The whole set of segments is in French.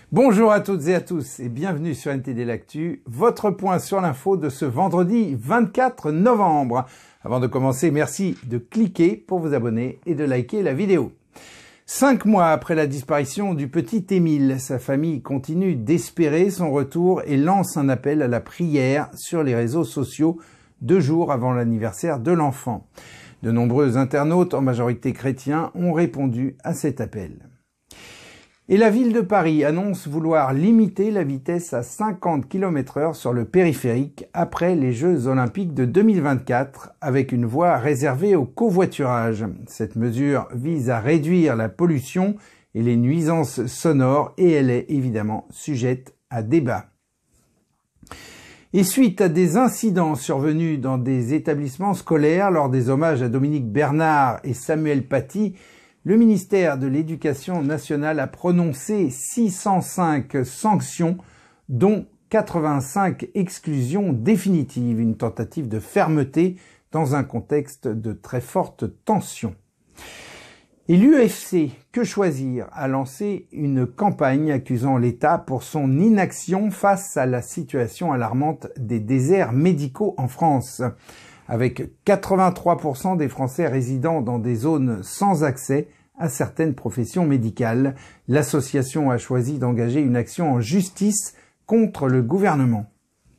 Bonjour à toutes et à tous et bienvenue sur NTD L'Actu, votre point sur l'info de ce vendredi 24 novembre. Avant de commencer, merci de cliquer pour vous abonner et de liker la vidéo. 5 mois après la disparition du petit Émile, sa famille continue d'espérer son retour et lance un appel à la prière sur les réseaux sociaux 2 jours avant l'anniversaire de l'enfant. De nombreux internautes, en majorité chrétiens, ont répondu à cet appel. Et la ville de Paris annonce vouloir limiter la vitesse à 50 km/h sur le périphérique après les Jeux Olympiques de 2024 avec une voie réservée au covoiturage. Cette mesure vise à réduire la pollution et les nuisances sonores et elle est évidemment sujette à débat. Et suite à des incidents survenus dans des établissements scolaires lors des hommages à Dominique Bernard et Samuel Paty, le ministère de l'Éducation nationale a prononcé 605 sanctions, dont 85 exclusions définitives, une tentative de fermeté dans un contexte de très forte tension. Et l'UFC Que Choisir a lancé une campagne accusant l'État pour son inaction face à la situation alarmante des déserts médicaux en France. Avec 83% des Français résidant dans des zones sans accès à certaines professions médicales, l'association a choisi d'engager une action en justice contre le gouvernement.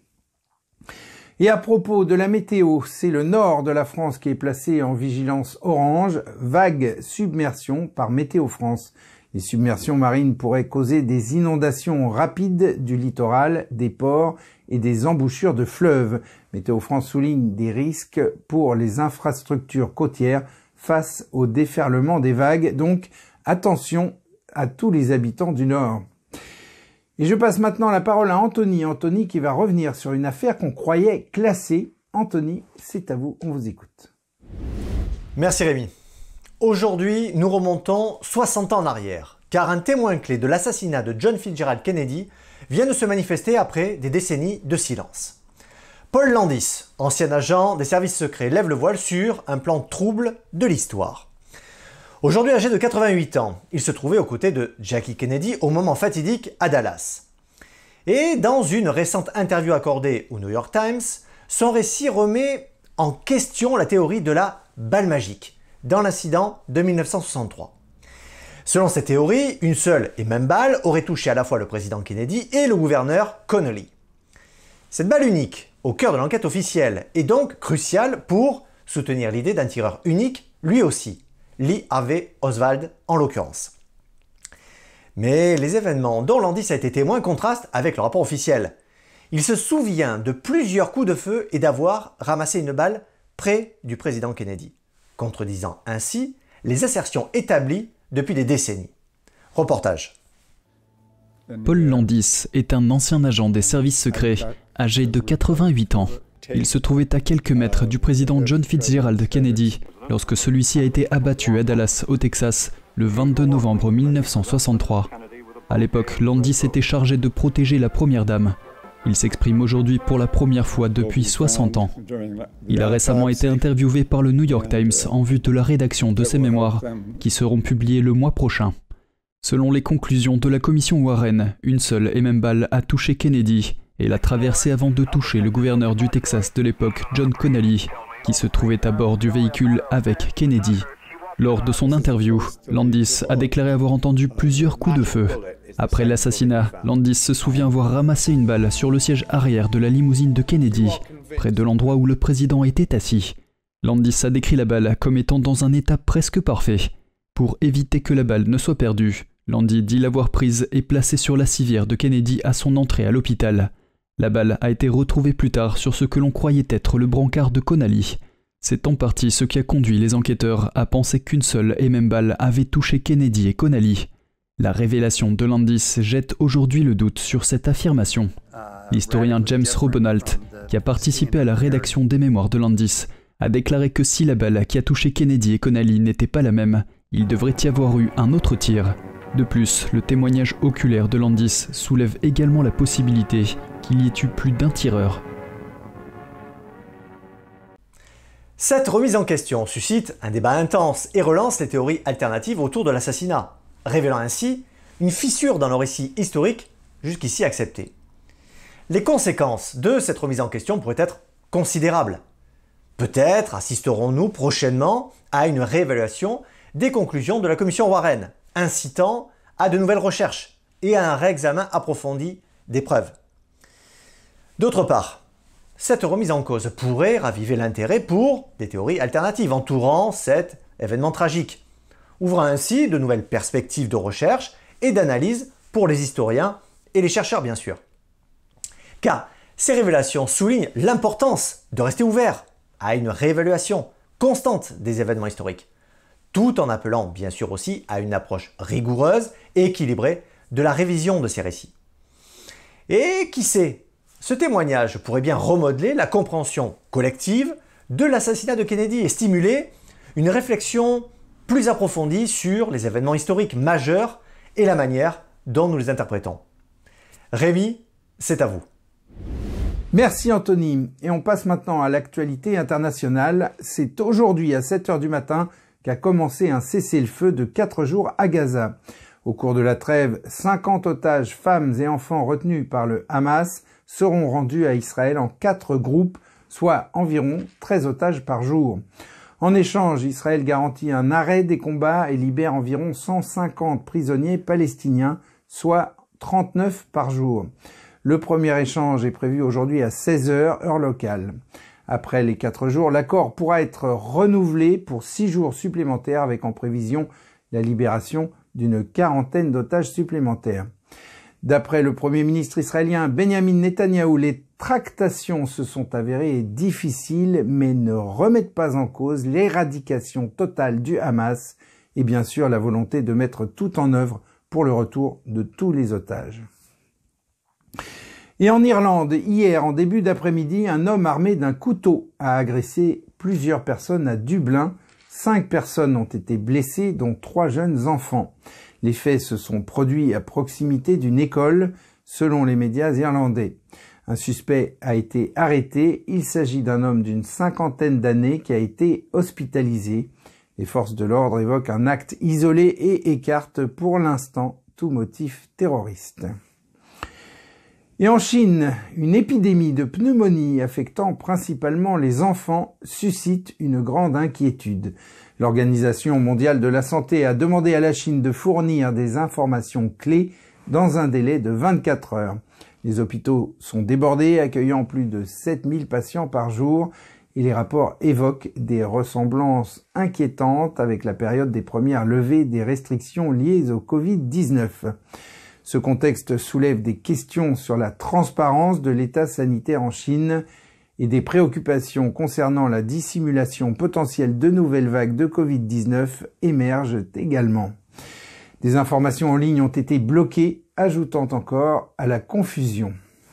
Et à propos de la météo, c'est le nord de la France qui est placé en vigilance orange, vague submersion par Météo France. Les submersions marines pourraient causer des inondations rapides du littoral, des ports et des embouchures de fleuves. Météo France souligne des risques pour les infrastructures côtières face au déferlement des vagues. Donc, attention à tous les habitants du Nord. Et je passe maintenant la parole à Anthony. Anthony qui va revenir sur une affaire qu'on croyait classée. Anthony, c'est à vous, on vous écoute. Merci Rémi. Aujourd'hui, nous remontons 60 ans en arrière, car un témoin clé de l'assassinat de John Fitzgerald Kennedy vient de se manifester après des décennies de silence. Paul Landis, ancien agent des services secrets, lève le voile sur un plan trouble de l'histoire. Aujourd'hui âgé de 88 ans, il se trouvait aux côtés de Jackie Kennedy au moment fatidique à Dallas. Et dans une récente interview accordée au New York Times, son récit remet en question la théorie de la balle magique dans l'incident de 1963. Selon cette théorie, une seule et même balle aurait touché à la fois le président Kennedy et le gouverneur Connolly. Cette balle unique, au cœur de l'enquête officielle, est donc cruciale pour soutenir l'idée d'un tireur unique, lui aussi, Lee Harvey Oswald en l'occurrence. Mais les événements dont Landis a été témoin contrastent avec le rapport officiel. Il se souvient de plusieurs coups de feu et d'avoir ramassé une balle près du président Kennedy, contredisant ainsi les assertions établies depuis des décennies. Reportage. Paul Landis est un ancien agent des services secrets, âgé de 88 ans. Il se trouvait à quelques mètres du président John Fitzgerald Kennedy lorsque celui-ci a été abattu à Dallas, au Texas, le 22 novembre 1963. À l'époque, Landis était chargé de protéger la première dame. Il s'exprime aujourd'hui pour la première fois depuis 60 ans. Il a récemment été interviewé par le New York Times en vue de la rédaction de ses mémoires, qui seront publiées le mois prochain. Selon les conclusions de la commission Warren, une seule et même balle a touché Kennedy et l'a traversé avant de toucher le gouverneur du Texas de l'époque, John Connolly, qui se trouvait à bord du véhicule avec Kennedy. Lors de son interview, Landis a déclaré avoir entendu plusieurs coups de feu. Après l'assassinat, Landis se souvient avoir ramassé une balle sur le siège arrière de la limousine de Kennedy, près de l'endroit où le président était assis. Landis a décrit la balle comme étant dans un état presque parfait. Pour éviter que la balle ne soit perdue, Landis dit l'avoir prise et placée sur la civière de Kennedy à son entrée à l'hôpital. La balle a été retrouvée plus tard sur ce que l'on croyait être le brancard de Connolly. C'est en partie ce qui a conduit les enquêteurs à penser qu'une seule et même balle avait touché Kennedy et Connolly. La révélation de Landis jette aujourd'hui le doute sur cette affirmation. L'historien James Robonalt, qui a participé à la rédaction des mémoires de Landis, a déclaré que si la balle qui a touché Kennedy et Connolly n'était pas la même, il devrait y avoir eu un autre tir. De plus, le témoignage oculaire de Landis soulève également la possibilité qu'il y ait eu plus d'un tireur. Cette remise en question suscite un débat intense et relance les théories alternatives autour de l'assassinat, révélant ainsi une fissure dans le récit historique jusqu'ici accepté. Les conséquences de cette remise en question pourraient être considérables. Peut-être assisterons-nous prochainement à une réévaluation des conclusions de la commission Warren, incitant à de nouvelles recherches et à un réexamen approfondi des preuves. D'autre part, cette remise en cause pourrait raviver l'intérêt pour des théories alternatives entourant cet événement tragique, ouvrant ainsi de nouvelles perspectives de recherche et d'analyse pour les historiens et les chercheurs bien sûr. Car ces révélations soulignent l'importance de rester ouvert à une réévaluation constante des événements historiques, tout en appelant bien sûr aussi à une approche rigoureuse et équilibrée de la révision de ces récits. Et qui sait, ce témoignage pourrait bien remodeler la compréhension collective de l'assassinat de Kennedy et stimuler une réflexion plus approfondie sur les événements historiques majeurs et la manière dont nous les interprétons. Rémi, c'est à vous. Merci Anthony. Et on passe maintenant à l'actualité internationale. C'est aujourd'hui à 7 h du matin qu'a commencé un cessez-le-feu de 4 jours à Gaza. Au cours de la trêve, 50 otages, femmes et enfants retenus par le Hamas seront rendus à Israël en 4 groupes, soit environ 13 otages par jour. En échange, Israël garantit un arrêt des combats et libère environ 150 prisonniers palestiniens, soit 39 par jour. Le premier échange est prévu aujourd'hui à 16 h, heure locale. Après les 4 jours, l'accord pourra être renouvelé pour 6 jours supplémentaires avec en prévision la libération d'une quarantaine d'otages supplémentaires. D'après le Premier ministre israélien Benjamin Netanyahou, les tractations se sont avérées difficiles mais ne remettent pas en cause l'éradication totale du Hamas et bien sûr la volonté de mettre tout en œuvre pour le retour de tous les otages. Et en Irlande, hier, en début d'après-midi, un homme armé d'un couteau a agressé plusieurs personnes à Dublin. 5 personnes ont été blessées, dont 3 jeunes enfants. Les faits se sont produits à proximité d'une école, selon les médias irlandais. Un suspect a été arrêté. Il s'agit d'un homme d'une 50aine d'années qui a été hospitalisé. Les forces de l'ordre évoquent un acte isolé et écartent pour l'instant tout motif terroriste. Et en Chine, une épidémie de pneumonie affectant principalement les enfants suscite une grande inquiétude. L'Organisation mondiale de la santé a demandé à la Chine de fournir des informations clés dans un délai de 24 heures. Les hôpitaux sont débordés, accueillant plus de 7000 patients par jour, et les rapports évoquent des ressemblances inquiétantes avec la période des premières levées des restrictions liées au Covid-19. Ce contexte soulève des questions sur la transparence de l'état sanitaire en Chine et des préoccupations concernant la dissimulation potentielle de nouvelles vagues de Covid-19 émergent également. Des informations en ligne ont été bloquées, ajoutant encore à la confusion.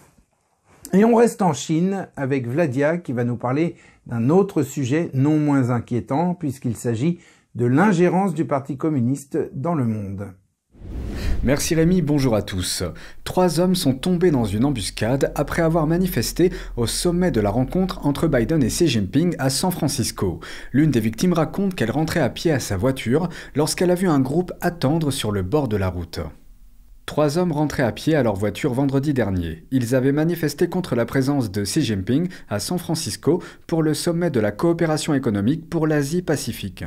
Et on reste en Chine avec Vladia qui va nous parler d'un autre sujet non moins inquiétant puisqu'il s'agit de l'ingérence du Parti communiste dans le monde. Merci Rémi, bonjour à tous. 3 hommes sont tombés dans une embuscade après avoir manifesté au sommet de la rencontre entre Biden et Xi Jinping à San Francisco. L'une des victimes raconte qu'elle rentrait à pied à sa voiture lorsqu'elle a vu un groupe attendre sur le bord de la route. 3 hommes rentraient à pied à leur voiture vendredi dernier. Ils avaient manifesté contre la présence de Xi Jinping à San Francisco pour le sommet de la coopération économique pour l'Asie-Pacifique.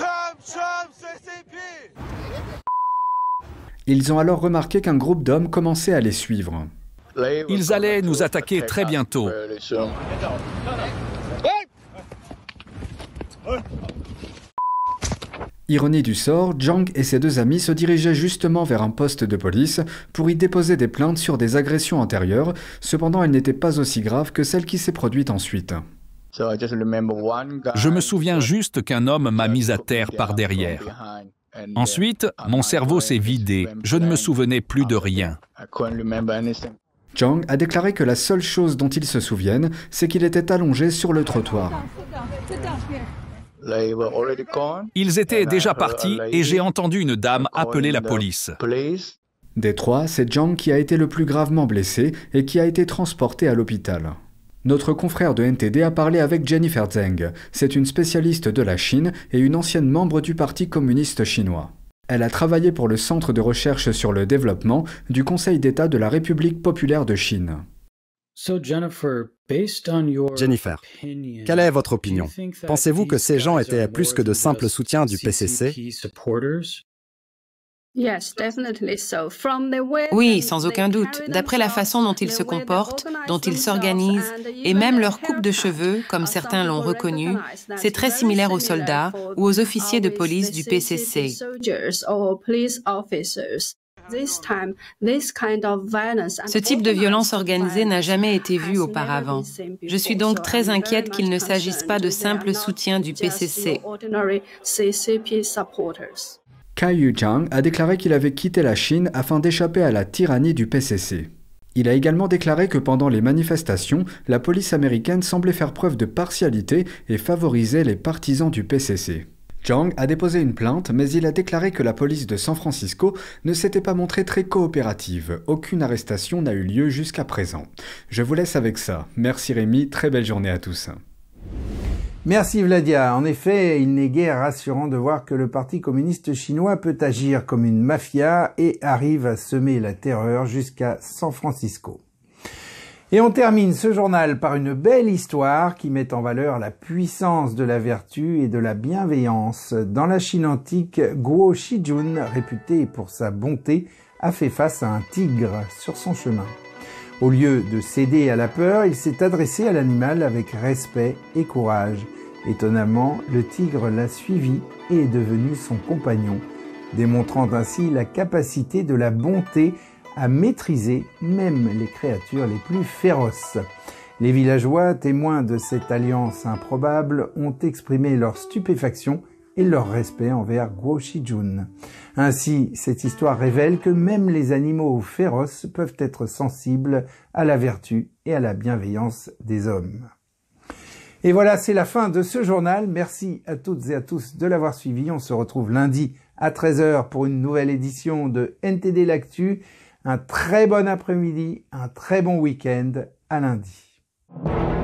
Ils ont alors remarqué qu'un groupe d'hommes commençait à les suivre. Ils allaient nous attaquer très bientôt. Ironie du sort, Zhang et ses 2 amis se dirigeaient justement vers un poste de police pour y déposer des plaintes sur des agressions antérieures, cependant elle n'était pas aussi grave que celle qui s'est produite ensuite. Je me souviens juste qu'un homme m'a mis à terre par derrière. Ensuite, mon cerveau s'est vidé. Je ne me souvenais plus de rien. Zhang a déclaré que la seule chose dont ils se souviennent, c'est qu'il était allongé sur le trottoir. Ils étaient déjà partis et j'ai entendu une dame appeler la police. Des 3, c'est Zhang qui a été le plus gravement blessé et qui a été transporté à l'hôpital. Notre confrère de NTD a parlé avec Jennifer Zheng. C'est une spécialiste de la Chine et une ancienne membre du Parti communiste chinois. Elle a travaillé pour le Centre de recherche sur le développement du Conseil d'État de la République populaire de Chine. Jennifer, quelle est votre opinion? Pensez-vous que ces gens étaient plus que de simples soutiens du PCC? Oui, sans aucun doute. D'après la façon dont ils se comportent, dont ils s'organisent, et même leur coupe de cheveux, comme certains l'ont reconnu, c'est très similaire aux soldats ou aux officiers de police du PCC. Ce type de violence organisée n'a jamais été vu auparavant. Je suis donc très inquiète qu'il ne s'agisse pas de simples soutiens du PCC. Cai Yujiang a déclaré qu'il avait quitté la Chine afin d'échapper à la tyrannie du PCC. Il a également déclaré que pendant les manifestations, la police américaine semblait faire preuve de partialité et favoriser les partisans du PCC. Zhang a déposé une plainte, mais il a déclaré que la police de San Francisco ne s'était pas montrée très coopérative. Aucune arrestation n'a eu lieu jusqu'à présent. Je vous laisse avec ça. Merci Rémi, très belle journée à tous. Merci Vladia. En effet, il n'est guère rassurant de voir que le Parti communiste chinois peut agir comme une mafia et arrive à semer la terreur jusqu'à San Francisco. Et on termine ce journal par une belle histoire qui met en valeur la puissance de la vertu et de la bienveillance. Dans la Chine antique, Guo Shijun, réputé pour sa bonté, a fait face à un tigre sur son chemin. Au lieu de céder à la peur, il s'est adressé à l'animal avec respect et courage. Étonnamment, le tigre l'a suivi et est devenu son compagnon, démontrant ainsi la capacité de la bonté à maîtriser même les créatures les plus féroces. Les villageois, témoins de cette alliance improbable, ont exprimé leur stupéfaction et leur respect envers Guo Shijun. Ainsi, cette histoire révèle que même les animaux féroces peuvent être sensibles à la vertu et à la bienveillance des hommes. Et voilà, c'est la fin de ce journal. Merci à toutes et à tous de l'avoir suivi. On se retrouve lundi à 13 h pour une nouvelle édition de NTD L'Actu. Un très bon après-midi, un très bon week-end. À lundi.